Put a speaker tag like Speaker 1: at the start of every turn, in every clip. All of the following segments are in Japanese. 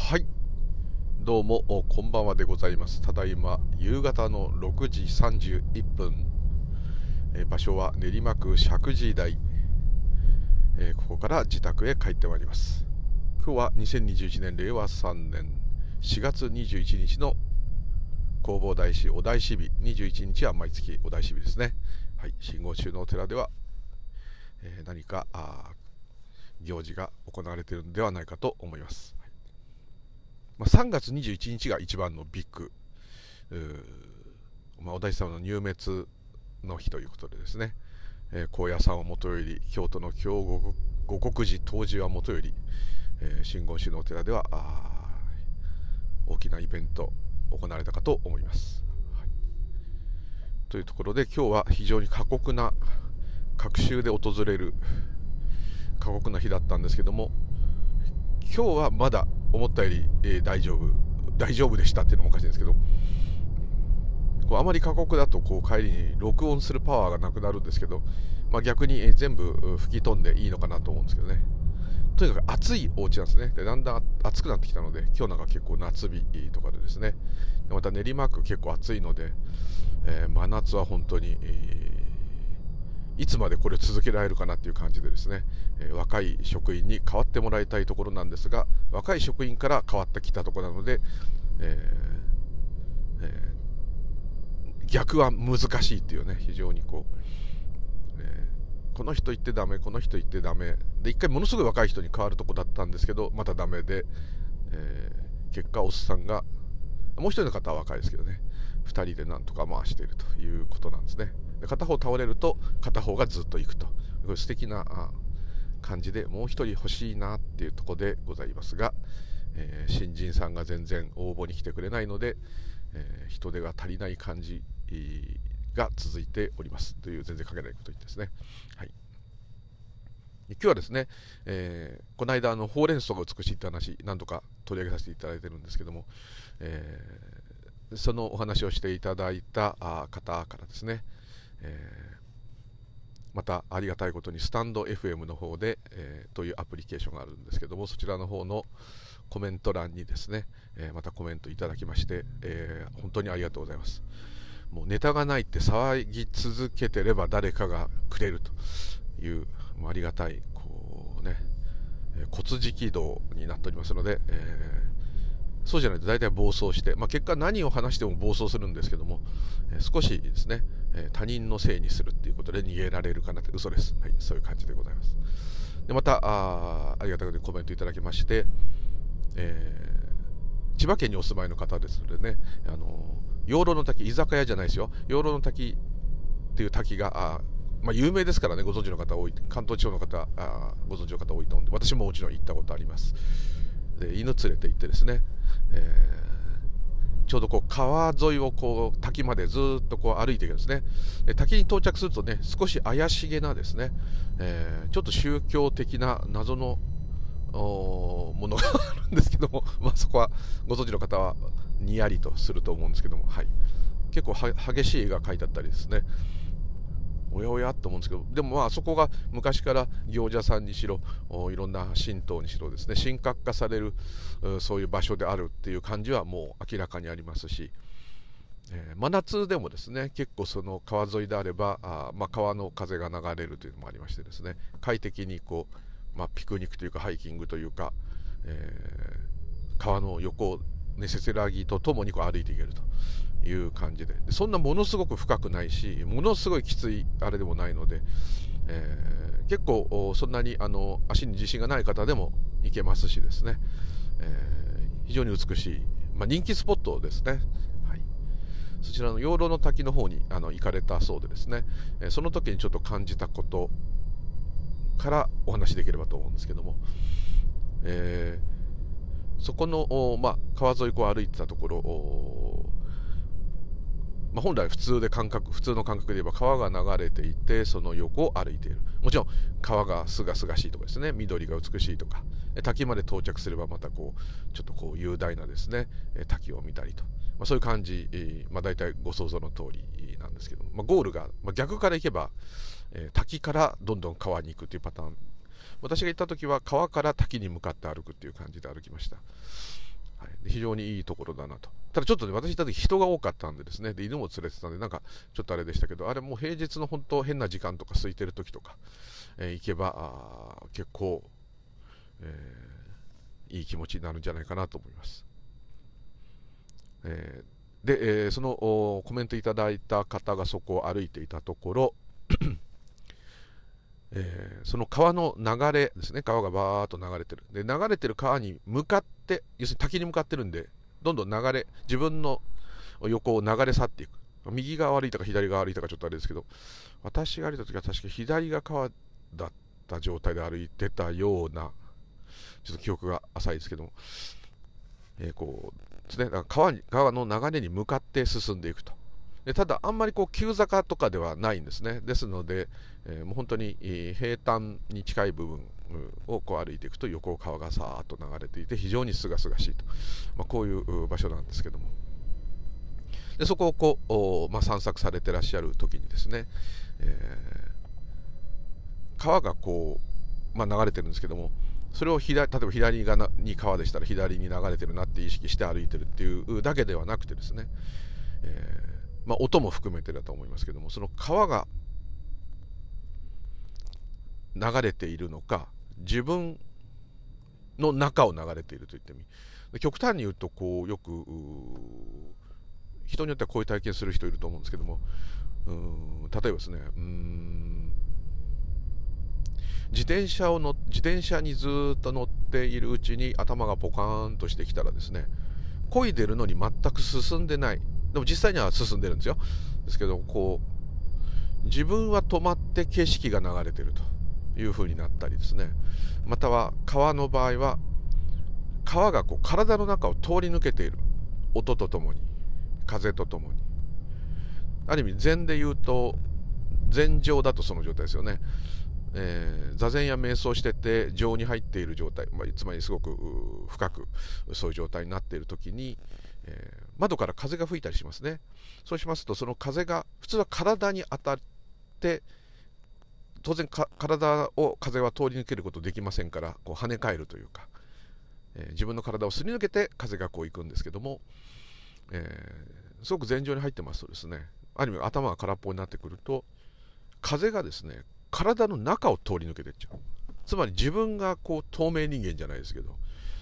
Speaker 1: はい、どうもこんばんはでございます。ただいま夕方の6時31分、場所は練馬区石神井台、ここから自宅へ帰ってまいります。今日は2021年令和3年4月21日の弘法大師お大師日、21日は毎月お大師日ですね。はい、信号中のお寺では、何か行事が行われているのではないかと思います。3月21日が一番のビッグ、お大師様の入滅の日ということでですね、高野山をもとより京都の京護国寺東寺はもとより、真言宗のお寺では大きなイベント行われたかと思います。はい、というところで今日は非常に過酷な隔週で訪れる過酷な日だったんですけども、今日はまだ思ったより、大丈夫でしたっていうのもおかしいんですけど、あまり過酷だと帰りに録音するパワーがなくなるんですけど、逆に、全部吹き飛んでいいのかなと思うんですけどね。とにかく暑いお家なんですね。でだんだん暑くなってきたので、今日なんか結構夏日とかでですね、また練馬区結構暑いので、真夏は本当に、いつまでこれ続けられるかなっていう感じでですね、若い職員に代わってもらいたいところなんですが、若い職員から変わってきたところなので、逆は難しいっていうね、非常にこの人言ってダメ、この人言ってダメで、一回ものすごい若い人に変わるとこだったんですけど、またダメで、結果おっさんが、もう一人の方は若いですけどね、2人でなんとか回しているということなんですね。で片方倒れると片方がずっと行くと、素敵な感じで、もう一人欲しいなっていうところでございますが、新人さんが全然応募に来てくれないので、人手が足りない感じが続いておりますという、全然関係ないこと言ってですね。はい、今日はですね、この間ほうれん草が美しいって話何度か取り上げさせていただいてるんですけども、そのお話をしていただいた方からですね、またありがたいことにスタンド FM の方で、というアプリケーションがあるんですけども、そちらの方のコメント欄にですね、またコメントいただきまして、本当にありがとうございます。もうネタがないって騒ぎ続けてれば誰かがくれるという、もうありがたい骨磁気道になっておりますので、そうじゃないと大体暴走して、結果何を話しても暴走するんですけども、少しですね、他人のせいにするっていうことで逃げられるかなって、嘘です。はい、そういう感じでございます。でまたありがたいことにコメントいただきまして、千葉県にお住まいの方ですのでね、養老の滝、居酒屋じゃないですよ、養老の滝っていう滝が有名ですからね、ご存知の方多い、関東地方の方ご存知の方多いと思うんで、私ももちろん行ったことあります。で犬連れて行ってですね、ちょうど川沿いを滝までずっと歩いていくんですね。滝に到着するとね、少し怪しげなですね、ちょっと宗教的な謎のものがあるんですけども、そこはご存知の方はにやりとすると思うんですけども、はい、結構激しい絵が描いてあったりですね、おやおやと思うんですけど、でもそこが昔から行者さんにしろいろんな神道にしろですね、神格化されるそういう場所であるっていう感じはもう明らかにありますし、真夏でもですね、結構その川沿いであれば川の風が流れるというのもありましてですね、快適にピクニックというかハイキングというか、川の横を、せせらぎとともに歩いていけるという感じで、そんなものすごく深くないし、ものすごいきついあれでもないので、結構そんなに足に自信がない方でも行けますしですね、非常に美しい、人気スポットですね。はい、そちらの養老の滝の方に行かれたそうでですね、その時にちょっと感じたことからお話しできればと思うんですけども、そこの、川沿い歩いてたところ、本来普通の感覚で言えば川が流れていて、その横を歩いている。もちろん川がすがすがしいとかですね、緑が美しいとか、滝まで到着すればまたちょっと雄大なですね、滝を見たりと、そういう感じ、大体ご想像の通りなんですけども、ゴールが、逆から行けば、滝からどんどん川に行くというパターン。私が行った時は川から滝に向かって歩くっていう感じで歩きました。 はい、非常にいいところだなと。ただちょっとね、私行った時人が多かったんでですね、で犬も連れてたんで、なんかちょっとあれでしたけど、あれもう平日の本当変な時間とか空いてる時とか、行けば結構、いい気持ちになるんじゃないかなと思います。で、そのコメントいただいた方がそこを歩いていたところ、その川の流れですね、川がバーッと流れてる。で、流れてる川に向かって、要するに滝に向かってるんで、どんどん自分の横を流れ去っていく。右側歩いたか左側歩いたかちょっとあれですけど、私が歩いた時は確か左が川だった状態で歩いてたような、ちょっと記憶が浅いですけども、こうですね、だから川の流れに向かって進んでいくと。でただあんまりこう急坂とかではないんですね。ですので、もう本当に平坦に近い部分をこう歩いていくと横を川がさーっと流れていて非常にすがすがしいと、こういう場所なんですけども、でそこをこう、散策されてらっしゃる時にですね、川がこう、流れてるんですけども、それを例えば左側に川でしたら左に流れてるなって意識して歩いてるっていうだけではなくてですね、音も含めてだと思いますけども、その川が流れているのか自分の中を流れていると言ってみ、極端に言うとこうよく人によってはこういう体験する人いると思うんですけども、例えばですね、自転車にずっと乗っているうちに頭がポカーンとしてきたらですね、漕いでるのに全く進んでない。でも実際には進んでるんですよ。ですけどこう自分は止まって景色が流れてるという風になったりですね、または川の場合は川がこう体の中を通り抜けている、音とともに風とともに、ある意味禅で言うと禅定だとその状態ですよね。座禅や瞑想してて情に入っている状態、つまりすごく深くそういう状態になっている時に、窓から風が吹いたりしますね。そうしますとその風が普通は体に当たって当然体を風は通り抜けることできませんから、こう跳ね返るというか、自分の体をすり抜けて風がこう行くんですけども、すごく禅定に入ってますとですね、ある意味頭が空っぽになってくると風がですね体の中を通り抜けていっちゃう。つまり自分がこう透明人間じゃないですけど、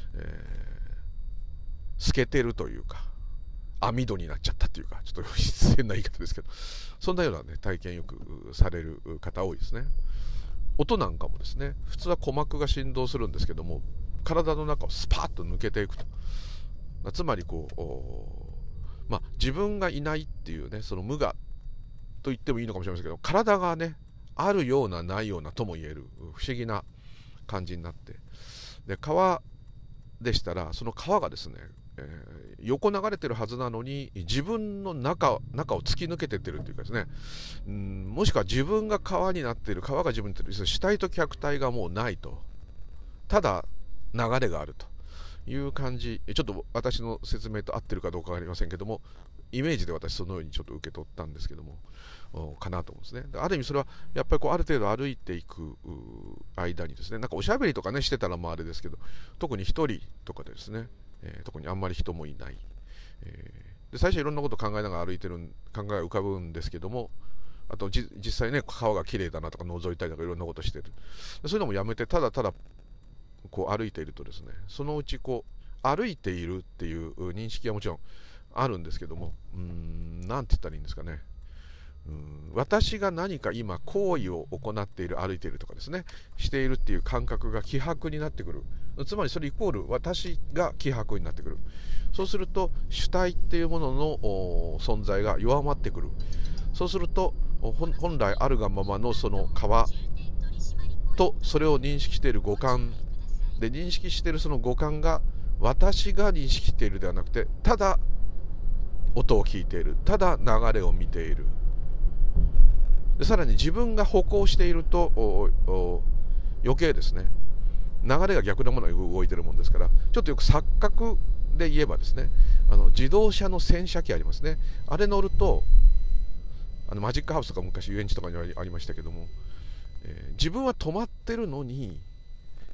Speaker 1: 透けてるというか網戸になっちゃったというか、ちょっと失礼な言い方ですけど、そんなような、体験よくされる方多いですね。音なんかもですね、普通は鼓膜が振動するんですけども、体の中をスパッと抜けていくと。つまりこう、自分がいないっていうね、その無我と言ってもいいのかもしれませんけど、体がねあるようなないようなとも言える不思議な感じになって、で川でしたらその川がですね、横流れてるはずなのに自分の中を突き抜けてってるっていうかですね、もしくは自分が川になっている、川が自分になっている、主体と客体がもうないと、ただ流れがあるという感じ。ちょっと私の説明と合ってるかどうかわかりませんけども、イメージで私そのようにちょっと受け取ったんですけども、かなと思うんですね。ある意味それはやっぱりこうある程度歩いていく間にですね、なんかおしゃべりとかねしてたらあれですけど、特に一人とかでですね、特にあんまり人もいない、で最初いろんなことを考えながら歩いてる考えが浮かぶんですけども、あと実際ね川が綺麗だなとか覗いたりとかいろんなことしてる、そういうのもやめてただただこう歩いているとですね、そのうちこう歩いているっていう認識はもちろんあるんですけども、なんて言ったらいいんですかね、私が何か今行為を行っている、歩いているとかですねしているっていう感覚が希薄になってくる。つまりそれイコール私が希薄になってくる。そうすると主体っていうものの存在が弱まってくる。そうすると本来あるがままのその川とそれを認識している五感で、認識しているその五感が私が認識しているではなくて、ただ音を聞いている、ただ流れを見ている。でさらに自分が歩行していると余計ですね流れが逆なものが動いているもんですから、ちょっとよく錯覚で言えばですね、自動車の洗車機ありますね、あれ乗るとマジックハウスとか昔遊園地とかにありましたけども、自分は止まってるのに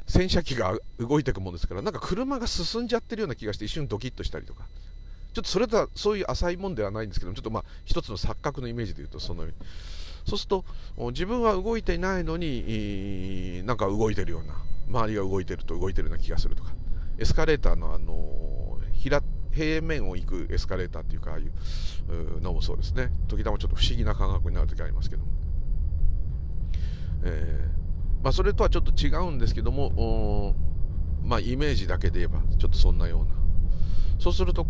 Speaker 1: 洗車機が動いていくもんですから、なんか車が進んじゃってるような気がして一瞬ドキッとしたりとか、ちょっとそれとはそういう浅いもんではないんですけども、ちょっとまあ一つの錯覚のイメージでいうとそのように、そうすると自分は動いていないのになんか動いてるような、周りが動いてると動いてるような気がするとか、エスカレーターの平面を行くエスカレーターっていうか、ああいうのもそうですね、時たまちょっと不思議な感覚になる時ありますけども、まあ、それとはちょっと違うんですけども、まあ、イメージだけで言えばちょっとそんなような、そうすると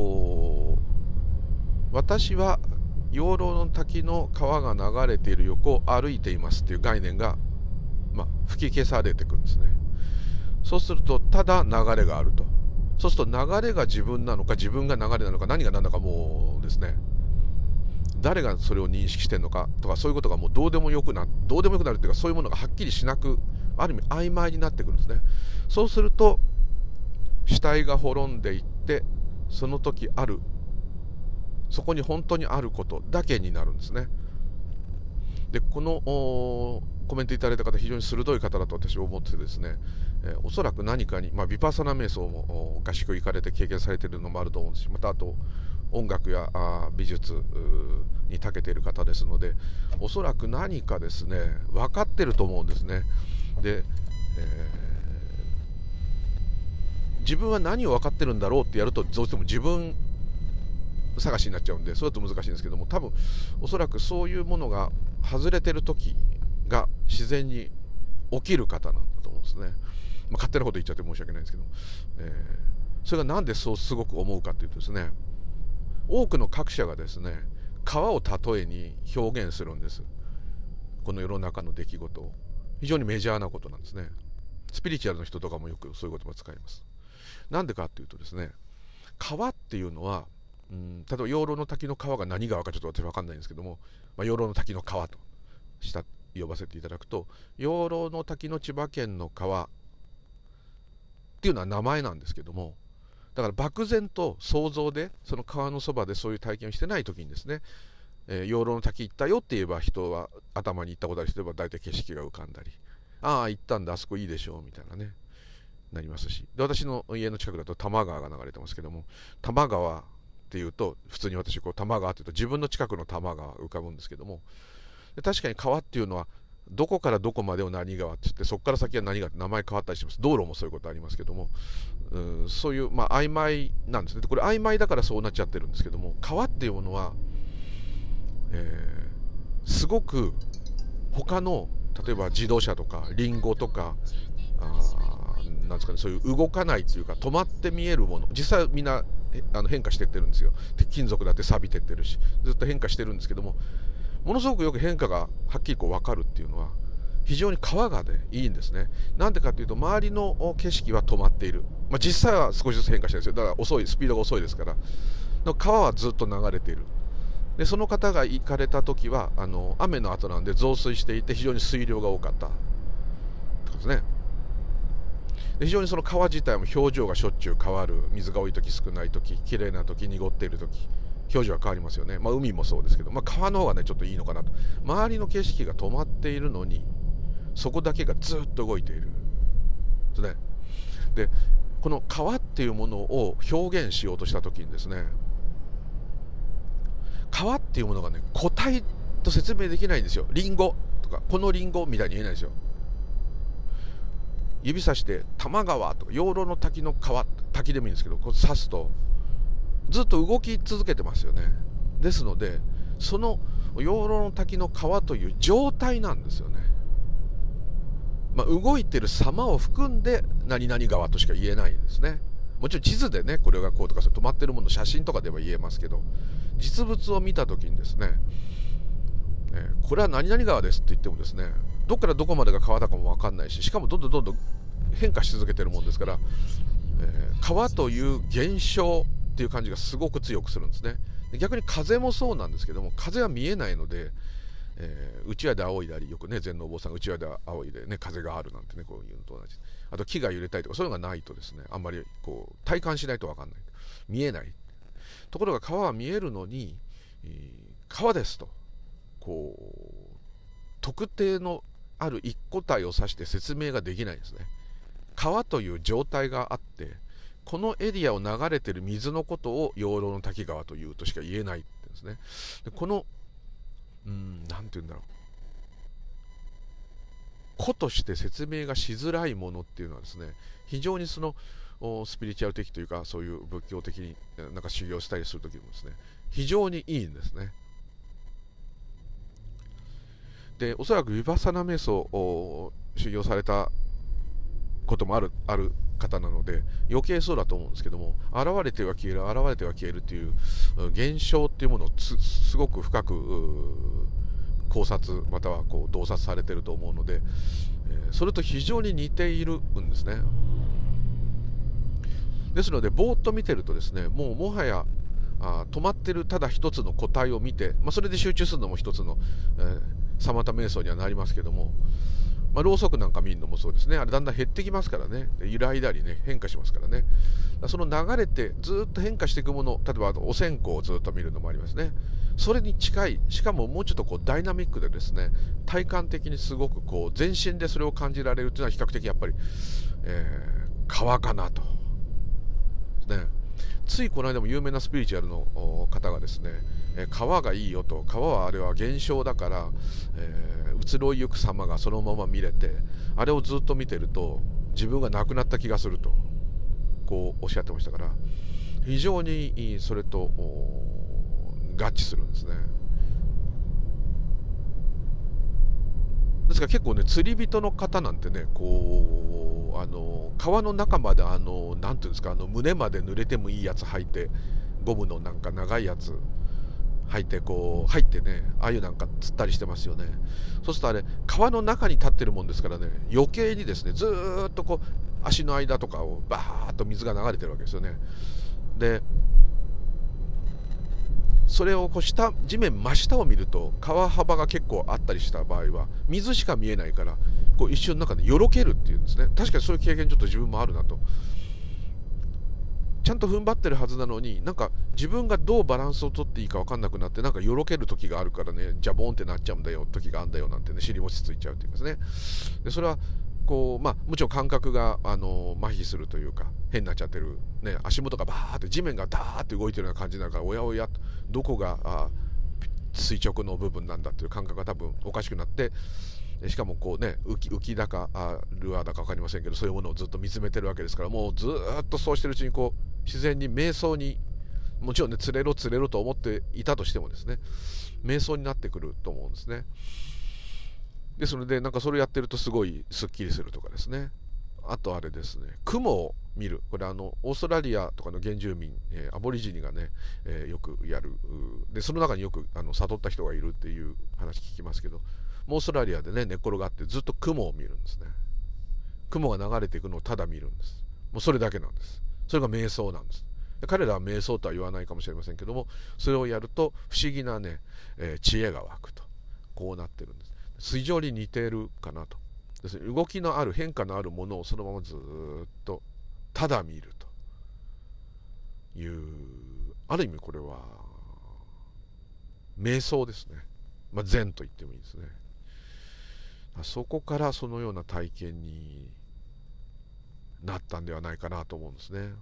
Speaker 1: 私は養老の滝の川が流れている横を歩いていますっていう概念が、まあ、吹き消されてくるんですね。そうするとただ流れがあると、そうすると流れが自分なのか自分が流れなのか何が何だかもうですね、誰がそれを認識してるのかとか、そういうことがもうどうでもよくなるっていうか、そういうものがはっきりしなく、ある意味曖昧になってくるんですね。そうすると死体が滅んでいって、その時ある、そこに本当にあることだけになるんですね。でこのコメントいただいた方、非常に鋭い方だと私は思ってですね、おそらく何かに、まあ、ビパッサナ瞑想も合宿行かれて経験されているのもあると思うんですし、またあと音楽や美術に長けている方ですので、おそらく何かですね分かってると思うんですね。で、自分は何を分かってるんだろうってやるとどうしても自分探しになっちゃうんで、それだと難しいんですけども、多分おそらくそういうものが外れてる時が自然に起きる方なんだと思うんですね。まあ、勝手なこと言っちゃって申し訳ないんですけど、それがなんでそうすごく思うかというとですね、多くの学者がですね川を例えに表現するんです、この世の中の出来事を。非常にメジャーなことなんですね。スピリチュアルの人とかもよくそういう言葉を使います。なんでかというとですね、川っていうのは例えば養老の滝の川が何川かちょっと私分かんないんですけども、まあ、養老の滝の川と呼ばせていただくと、養老の滝の千葉県の川っていうのは名前なんですけども、だから漠然と想像でその川のそばでそういう体験をしてない時にですね、養老の滝行ったよって言えば、人は頭に行ったことある人は大体景色が浮かんだり、ああ行ったんだあそこいいでしょうみたいなねなりますし、で私の家の近くだと多摩川が流れてますけども、多摩川っていうと普通に私多摩川っていうと自分の近くの多摩川が浮かぶんですけども、確かに川っていうのはどこからどこまでを何川って言って、そこから先は何川って名前変わったりします。道路もそういうことありますけども、そういうまあ曖昧なんですね。でこれ曖昧だからそうなっちゃってるんですけども、川っていうものは、すごく他の例えば自動車とかリンゴとかなんですかね、そういう動かないっていうか止まって見えるもの、実際みんな変化していってるんですよ。金属だって錆びてってるし、ずっと変化してるんですけども、ものすごくよく変化がはっきり分かるっていうのは非常に川がねいいんですね。なんでかっていうと、周りの景色は止まっている、まあ、実際は少しずつ変化してるんですよ。だから遅い、スピードが遅いですから、川はずっと流れている。でその方が行かれた時は雨の後なんで増水していて非常に水量が多かったってことですね。で非常にその川自体も表情がしょっちゅう変わる。水が多い時、少ない時、綺麗な時、濁っている時、表情は変わりますよね。まあ、海もそうですけど、まあ、川の方がねちょっといいのかなと。周りの景色が止まっているのにそこだけがずっと動いているですね。でこの川っていうものを表現しようとした時にですね、川っていうものがね個体と説明できないんですよ。リンゴとかこのリンゴみたいに言えないんですよ。指さして多摩川とか養老の滝の川、滝でもいいんですけど、こう指すとずっと動き続けてますよね。ですのでその養老の滝の川という状態なんですよね。まあ、動いてる様を含んで何々川としか言えないんですね。もちろん地図でねこれがこうとか止まってるもの写真とかでは言えますけど、実物を見た時にですね、これは何々川ですって言ってもですね、どこからどこまでが川だかも分かんないし、しかもどんどん変化し続けてるもんですから、川という現象っていう感じがすごく強くするんですね。逆に風もそうなんですけども、風は見えないので、うちわで仰いだり、よくね禅のお坊さんがうちわで仰いでね風があるなんてね、こういうのと同じ。あと木が揺れたりとかそういうのがないとですね、あんまりこう体感しないと分かんない、見えない。ところが川は見えるのに、川ですとこう特定のある一個体を指して説明ができないんですね。 川という状態があって、このエリアを流れてる水のことを養老の滝川というとしか言えないんですね。でこのなんて言うんだろう、個として説明がしづらいものっていうのはですね、非常にそのスピリチュアル的というか、そういう仏教的になんか修行したりするときもですね、非常にいいんですね。でおそらくヴィパッサナ瞑想を修行されたこともある方なので余計そうだと思うんですけども、現れては消える、現れては消えるっていう現象っていうものをすごく深く考察またはこう洞察されていると思うので、それと非常に似ているんですね。ですのでぼーっと見てるとですね、もはや止まってるただ一つの個体を見て、それで集中するのも一つの、サマタ瞑想にはなりますけども、ろうそくなんか見るのもそうですね。あれだんだん減ってきますからね、揺らいだりね、変化しますからね。その流れてずっと変化していくもの、例えばお線香をずっと見るのもありますね。それに近い、しかももうちょっとこうダイナミックでですね、体感的にすごくこう全身でそれを感じられるというのは比較的やっぱり、川かなと、ね。ついこの間も有名なスピリチュアルの方がですね、川がいいよと、川はあれは現象だから、移ろいゆく様がそのまま見れて、あれをずっと見てると自分が亡くなった気がするとこうおっしゃってましたから、非常にそれと合致するんですね。ですから結構ね、釣り人の方なんてね、こう川の中までなんていうんですか、胸まで濡れてもいいやつ履いて、ゴムのなんか長いやつ履いてこう入ってね、ああいうなんか釣ったりしてますよね。そうするとあれ川の中に立ってるもんですからね、余計にですね、ずーっとこう足の間とかをバーッと水が流れてるわけですよね。でそれをこう地面真下を見ると川幅が結構あったりした場合は水しか見えないから、こう一瞬の中でよろけるっていうんですね。確かにそういう経験ちょっと自分もあるなと。ちゃんと踏ん張ってるはずなのに、なんか自分がどうバランスを取っていいか分かんなくなって、なんかよろける時があるからね、ジャボーンってなっちゃうんだよ、時があるんだよなんてね、尻餅ついちゃうっていうんですね。でそれはこうもちろん感覚が麻痺するというか変になっちゃってる、ね、足元がバーって地面がダーって動いてるような感じになるから、おやおやどこが垂直の部分なんだっていう感覚が多分おかしくなって、しかもこうね、浮きだかルアーだか分かりませんけど、そういうものをずっと見つめてるわけですから、もうずっとそうしてるうちにこう自然に瞑想に、もちろんね、釣れろと思っていたとしてもですね、瞑想になってくると思うんですね。でそれでなんかそれやってるとすごいスッキリするとかですね。あとあれですね、雲を見る。これオーストラリアとかの原住民、アボリジニがね、よくやる。でその中によく悟った人がいるっていう話聞きますけど、オーストラリアでね、寝っ転がってずっと雲を見るんですね。雲が流れていくのをただ見るんです。もうそれだけなんです。それが瞑想なんです。彼らは瞑想とは言わないかもしれませんけども、それをやると不思議なね、知恵が湧くと、こうなってるんです。非常に似ているかなと。ですね、動きのある変化のあるものをそのままずっとただ見るという、ある意味これは瞑想ですね。禅と言ってもいいですね。そこからそのような体験になったんではないかなと思うんですね。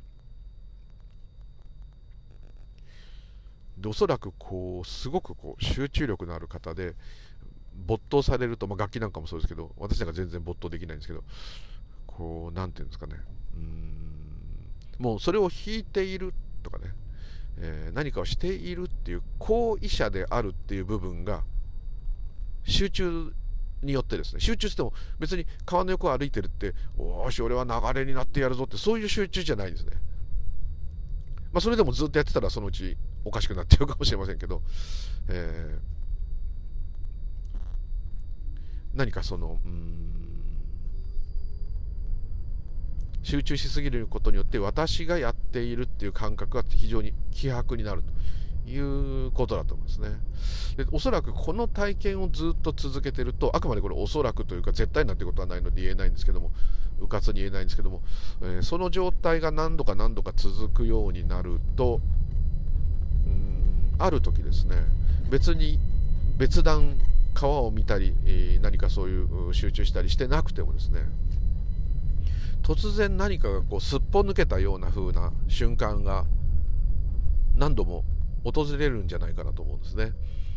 Speaker 1: でおそらくこうすごくこう集中力のある方で没頭されると、楽器なんかもそうですけど、私なんか全然没頭できないんですけど、こうなんていうんですかね、もうそれを弾いているとかね、何かをしているっていう行為者であるっていう部分が集中によってですね、集中しても別に川の横を歩いてるっておーし俺は流れになってやるぞって、そういう集中じゃないんですね。それでもずっとやってたらそのうちおかしくなっちゃうかもしれませんけど、何かその集中しすぎることによって私がやっているっていう感覚が非常に希薄になるということだと思うんですね。でおそらくこの体験をずっと続けてると、あくまでこれおそらくというか絶対なんてことはないので言えないんですけども、うかつに言えないんですけども、その状態が何度か続くようになると、ある時ですね、別段川を見たり、何かそういう集中したりしてなくてもですね、 突然何かがこうすっぽ抜けたような風な瞬間が何度も訪れるんじゃないかなと思うんですね。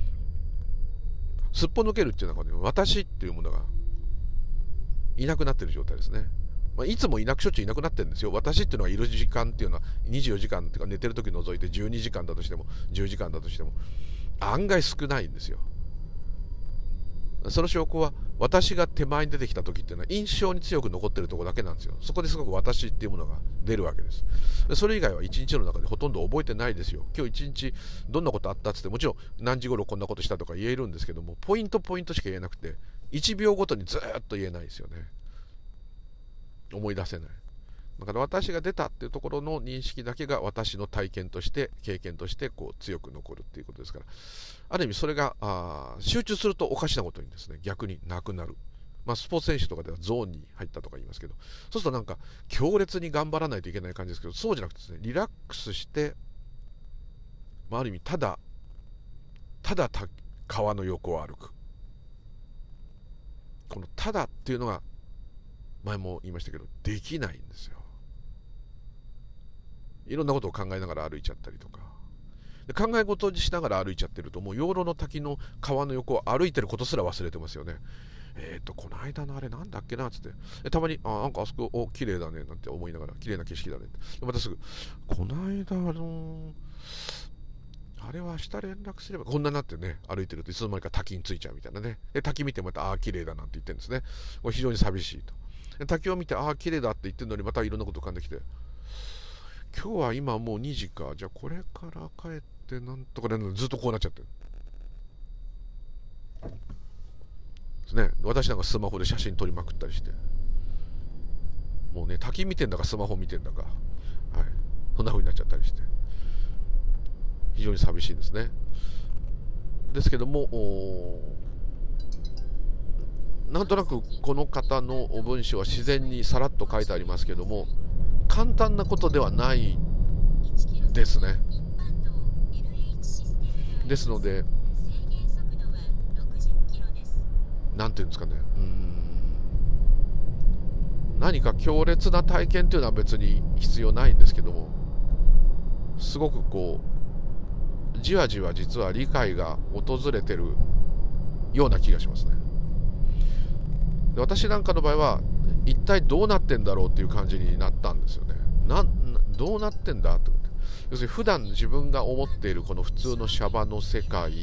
Speaker 1: すっぽ抜けるっていうのは、ね、私っていうものがいなくなってる状態ですね。いつもしょっちゅういなくなってるんですよ。私っていうのがいる時間っていうのは24時間っていうか、寝てる時除いて12時間だとしても10時間だとしても案外少ないんですよ。その証拠は、私が手前に出てきた時っていうのは印象に強く残ってるところだけなんですよ。そこですごく私っていうものが出るわけです。それ以外は一日の中でほとんど覚えてないですよ。今日一日どんなことあったっつって、もちろん何時頃こんなことしたとか言えるんですけども、ポイントしか言えなくて、1秒ごとにずっと言えないですよね。思い出せない。だから私が出たっていうところの認識だけが私の体験として経験としてこう強く残るっていうことですから、ある意味それが集中するとおかしなことにですね、逆になくなる。スポーツ選手とかではゾーンに入ったとか言いますけど、そうするとなんか強烈に頑張らないといけない感じですけど、そうじゃなくてですね、リラックスして、ある意味ただ川の横を歩く、このただっていうのが前も言いましたけどできないんですよ。いろんなことを考えながら歩いちゃったりとかで、考え事しながら歩いちゃってると、もう養老の滝の川の横を歩いてることすら忘れてますよね。この間のあれなんだっけなっつって、たまになんかあそこ綺麗だねなんて思いながら、綺麗な景色だねって、またすぐこの間あれは明日連絡すれば、こんなになってね、歩いてるといつの間にか滝に着いちゃうみたいなね。で滝見てまた綺麗だなんて言ってるんですね。これ非常に寂しいと。で滝を見て綺麗だって言ってるのに、またいろんなこと浮かんできて、今日は今もう2時か、じゃあこれから帰ってなんとかね、ずっとこうなっちゃってるですね。私なんかスマホで写真撮りまくったりして、もうね、滝見てんだかスマホ見てんだか、そんな風になっちゃったりして、非常に寂しいですね。ですけども、なんとなくこの方の文章は自然にさらっと書いてありますけども、簡単なことではないですね。ですので、なんていうんですかね、何か強烈な体験というのは別に必要ないんですけども、すごくこうじわじわ実は理解が訪れてるような気がしますね。で、私なんかの場合は一体どうなってんだろうっていう感じになったんですよね。どうなってんだって。要するに普段自分が思っているこの普通のシャバの世界、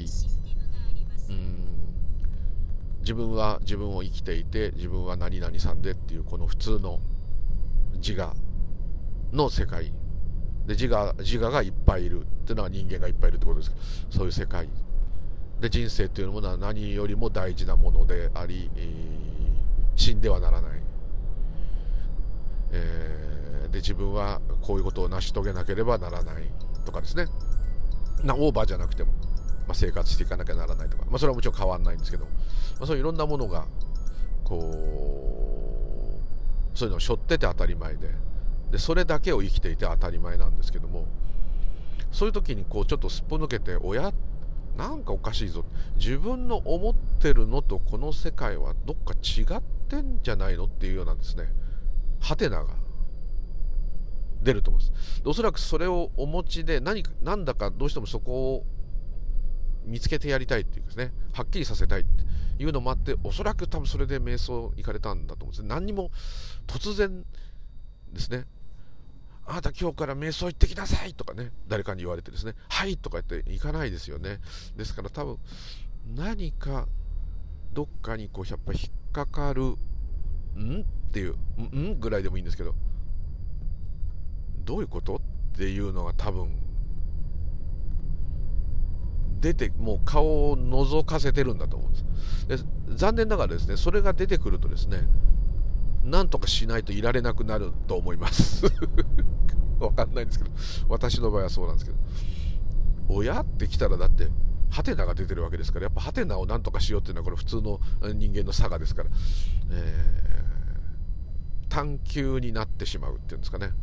Speaker 1: 自分は自分を生きていて、自分は何々さんでっていうこの普通の自我の世界で、自我がいっぱいいるっていうのは人間がいっぱいいるってことですけど、そういう世界で人生っていうものは何よりも大事なものであり、死んではならない、で自分はこういうことを成し遂げなければならないとかですね、オーバーじゃなくても、生活していかなきゃならないとか、それはもちろん変わらないんですけど、そういういろんなものがこうそういうのを背負ってて当たり前で、それだけを生きていて当たり前なんですけども、そういう時にこうちょっとすっぽ抜けて、なんかおかしいぞ、自分の思ってるのとこの世界はどっか違ってんじゃないのっていうようなですね、ハテナが出ると思います。おそらくそれをお持ちで、なんだかどうしてもそこを見つけてやりたいっていうですね、はっきりさせたいっていうのもあって、おそらく多分それで瞑想行かれたんだと思うんですね。何にも突然ですね、あなた今日から瞑想行ってきなさいとかね、誰かに言われてですね、はいとか言って行かないですよね。ですから多分何かどっかにこうやっぱ引っかかるっていうぐらいでもいいんですけど、どういうことっていうのが多分出て、もう顔を覗かせてるんだと思うんです。で、残念ながらですね、それが出てくるとですね、なんとかしないといられなくなると思いますわかんないんですけど、私の場合はそうなんですけど、親ってきたらだってハテナが出てるわけですから、やっぱハテナをなんとかしようっていうのはこれ普通の人間の差がですから、探求になってしまうっていうんですかね。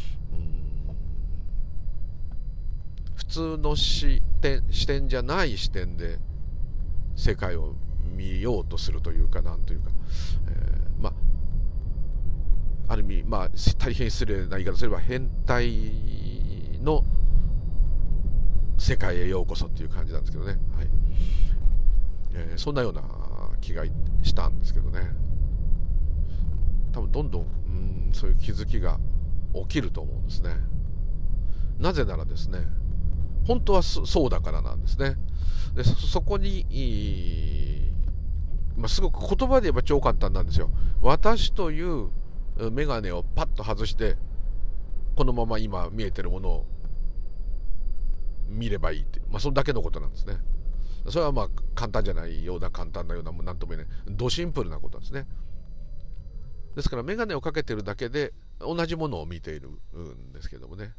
Speaker 1: 普通の視点じゃない視点で世界を見ようとするというか、なんというか、 ある意味大変失礼な言い方すれば変態の世界へようこそっていう感じなんですけどね、はい。そんなような気がしたんですけどね。多分どんどんそういう気づきが起きると思うんですね。なぜならですね、本当はそうだからなんですね。でそこに、すごく言葉で言えば超簡単なんですよ。私という眼鏡をパッと外してこのまま今見えてるものを見ればいいって、それだけのことなんですね。それは簡単じゃないような簡単なようなもう何とも言えないドシンプルなことなんですね。ですから眼鏡をかけてるだけで同じものを見ているんですけどもね。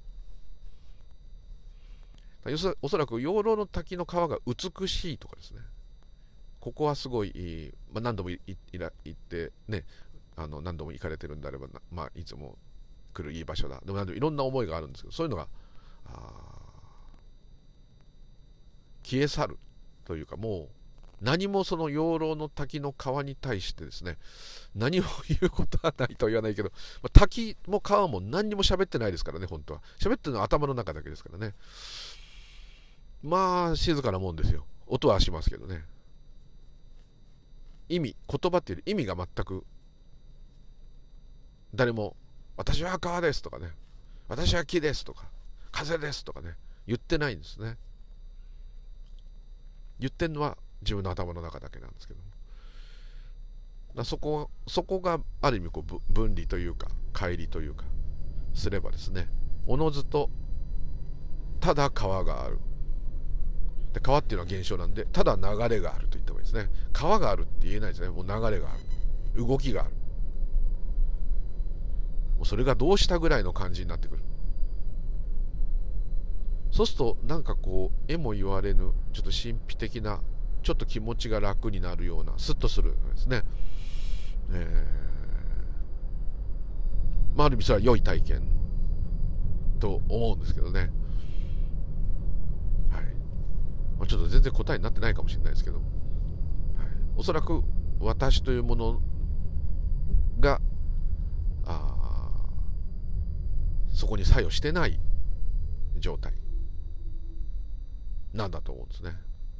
Speaker 1: おそらく養老の滝の川が美しいとかですね、ここはすごい、何度も行ってね、何度も行かれてるんであればいつも来るいい場所だ、でもいろんな思いがあるんですけど、そういうのが消え去るというか、もう何もその養老の滝の川に対してですね、何も言うことはないとは言わないけど、滝も川も何にも喋ってないですからね。本当は喋ってるのは頭の中だけですからね。静かなもんですよ。音はしますけどね。言葉っていう意味が全く、誰も私は川ですとかね、私は木ですとか風ですとかね言ってないんですね。言ってんのは自分の頭の中だけなんですけども、そこがある意味分離というか乖離というかすればですね、おのずとただ川がある。で川っていうのは現象なんで、ただ流れがあると言ってもいいですね。川があるって言えないですね。もう流れがある、動きがある、もうそれがどうしたぐらいの感じになってくる。そうすると絵も言われぬちょっと神秘的な、ちょっと気持ちが楽になるような、スッとするですね、ある意味それは良い体験と思うんですけどね。ちょっと全然答えになってないかもしれないですけど、おそらく私というものがそこに作用してない状態なんだと思うんですね。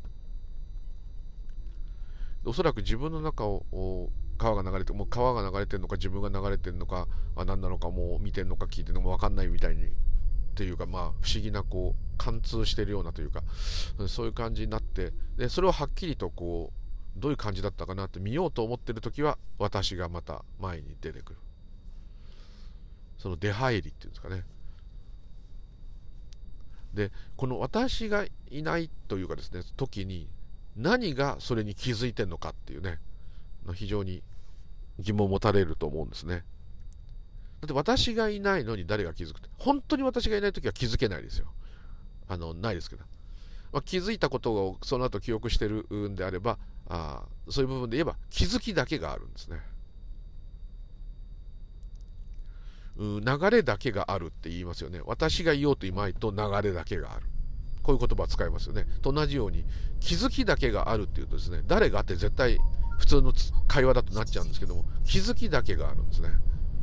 Speaker 1: おそらく自分の中を川が流れて、もう川が流れてるのか自分が流れてるのか何なのかもう見てるのか聞いてるのかも分かんないみたいにっていうか、不思議な貫通してるようなというか、そういう感じになって、でそれをはっきりとどういう感じだったかなって見ようと思ってる時は、私がまた前に出てくる、その出入りっていうんですかね。でこの私がいないというかですね、時に何がそれに気づいてんのかっていうね、非常に疑問を持たれると思うんですね。だって私がいないのに誰が気づくって、本当に私がいない時は気づけないですよ。ないですけど、気づいたことをその後記憶してるんであれば、そういう部分で言えば気づきだけがあるんですね。流れだけがあるって言いますよね。私がいようといまいと流れだけがある、こういう言葉を使いますよね。と同じように気づきだけがあるっていうとですね、誰がって絶対普通の会話だとなっちゃうんですけども、気づきだけがあるんですね。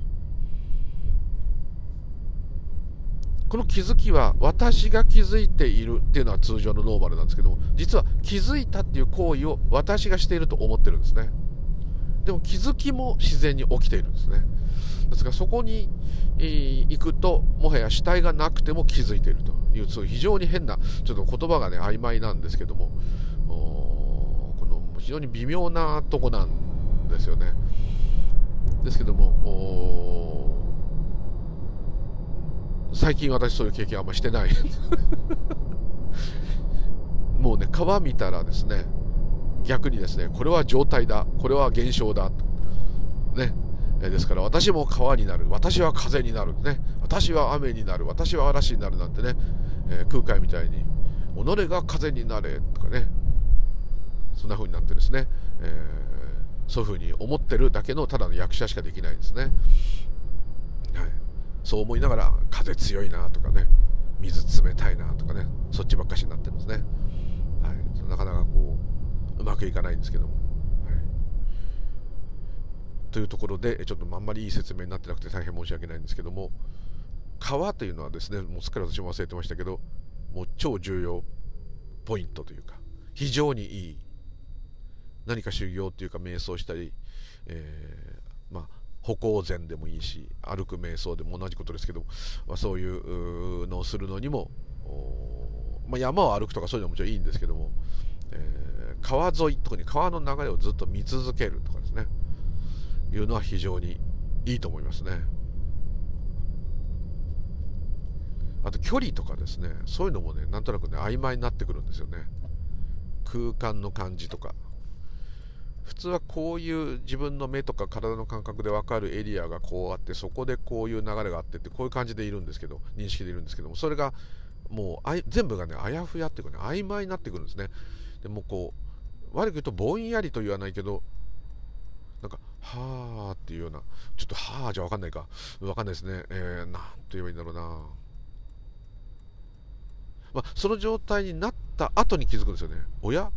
Speaker 1: この気づきは私が気づいているっていうのは通常のノーマルなんですけども、実は気づいたっていう行為を私がしていると思ってるんですね。でも気づきも自然に起きているんですね。ですからそこに行くと、もはや主体がなくても気づいているという、そういう非常に変な、ちょっと言葉がね曖昧なんですけども、この非常に微妙なとこなんですよね。ですけども、最近私そういう経験あんましてないもうね、川見たらですね、逆にですね、これは状態だ、これは現象だね。ですから私も川になる、私は風になるね、私は雨になる、私は嵐になるなんてね、空海みたいに己が風になれとかね、そんな風になってですね、そういう風に思ってるだけのただの役者しかできないですね。はい、そう思いながら風強いなとかね、水冷たいなとかね、そっちばっかしになってるんですね。はい、なかなかうまくいかないんですけども、はい、 というところでちょっとあんまりいい説明になってなくて大変申し訳ないんですけども、川というのはですね、もうすっかり私も忘れてましたけど、もう超重要ポイントというか、非常にいい、何か修行というか瞑想したり、歩行禅でもいいし、歩く瞑想でも同じことですけど、そういうのをするのにも、山を歩くとかそういうのももちろんいいんですけども、川沿い、特に川の流れをずっと見続けるとかですね、いうのは非常にいいと思いますね。あと距離とかですね、そういうのもね、なんとなくね、曖昧になってくるんですよね。空間の感じとか。普通はこういう自分の目とか体の感覚で分かるエリアがこうあって、そこでこういう流れがあってって、こういう感じでいるんですけど、認識でいるんですけども、それがもう全部がね、あやふやっていうかね、曖昧になってくるんですね。でもこう悪く言うとぼんやりと言わないけど、なんかはーっていうような、ちょっとはーじゃ分かんないか、分かんないですね。なんと言えばいいんだろうな。その状態になった後に気づくんですよね。おや、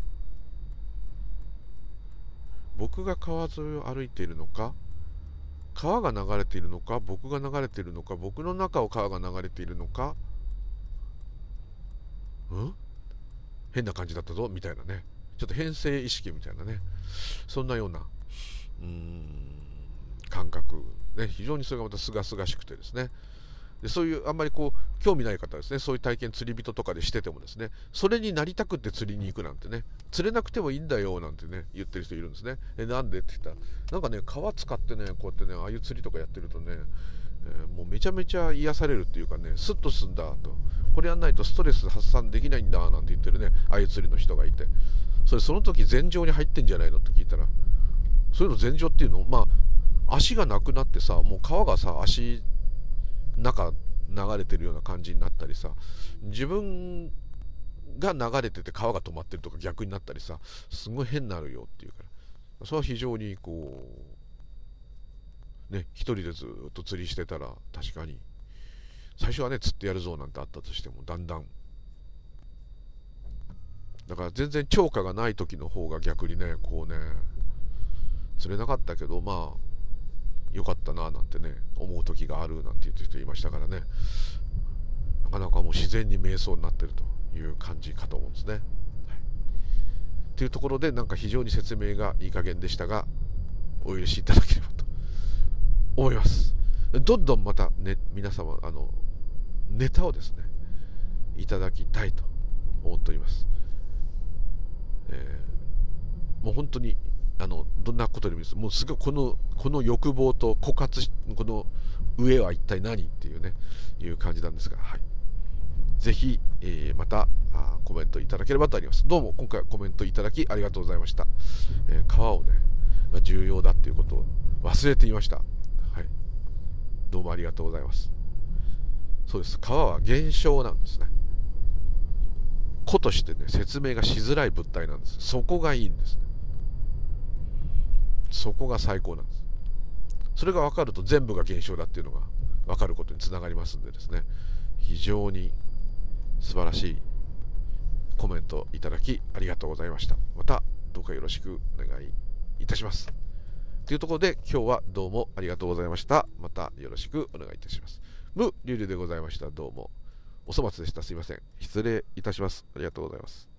Speaker 1: 僕が川沿いを歩いているのか、川が流れているのか、僕が流れているのか、僕の中を川が流れているのか、変な感じだったぞみたいなね、ちょっと変性意識みたいなね、そんなような感覚、ね、非常にそれがまたすがすがしくてですね、でそういうあんまりこう興味ない方ですね、そういう体験釣り人とかでしててもですね、それになりたくって釣りに行くなんてね、釣れなくてもいいんだよなんてね言ってる人いるんですね。なんでって言ったら、なんかね、川使ってね、こうやってね、ああいう釣りとかやってるとね、もうめちゃめちゃ癒されるっていうかね、スッとすんだと、これやんないとストレス発散できないんだなんて言ってるね、ああいう釣りの人がいて、その時禅定に入ってんじゃないのって聞いたら、そういうの禅定っていうの、足がなくなってさ、もう川がさ、足中流れてるような感じになったりさ、自分が流れてて川が止まってるとか逆になったりさ、すごい変になるよっていうから、それは非常にこうね、一人でずっと釣りしてたら、確かに最初はね、釣ってやるぞなんてあったとしても、だんだんだから全然釣果がない時の方が逆にね、こうね、釣れなかったけどよかったななんてね思う時があるなんて言ってる人いましたからね、なかなかもう自然に瞑想になってるという感じかと思うんですね。というところで、なんか非常に説明がいい加減でしたが、お許しいただければと思います。どんどんまたね、皆様ネタをですねいただきたいと思っております。もう本当にどんなことでもいいです。もうすごいこの欲望と枯渇この上は一体何っていうね、いう感じなんですが、はい、ぜひ、またコメントいただければとあります。どうも今回はコメントいただきありがとうございました。川をねが重要だっていうことを忘れていました。はい、どうもありがとうございます。そうです、川は現象なんですね。個としてね説明がしづらい物体なんです。そこがいいんですね。そこが最高なんです。それが分かると全部が現象だっていうのが分かることにつながりますんでですね、非常に素晴らしいコメントいただきありがとうございました。またどうかよろしくお願いいたします。というところで今日はどうもありがとうございました。またよろしくお願いいたします。ムリュウリュウでございました。どうもお粗末でした。すいません。失礼いたします。ありがとうございます。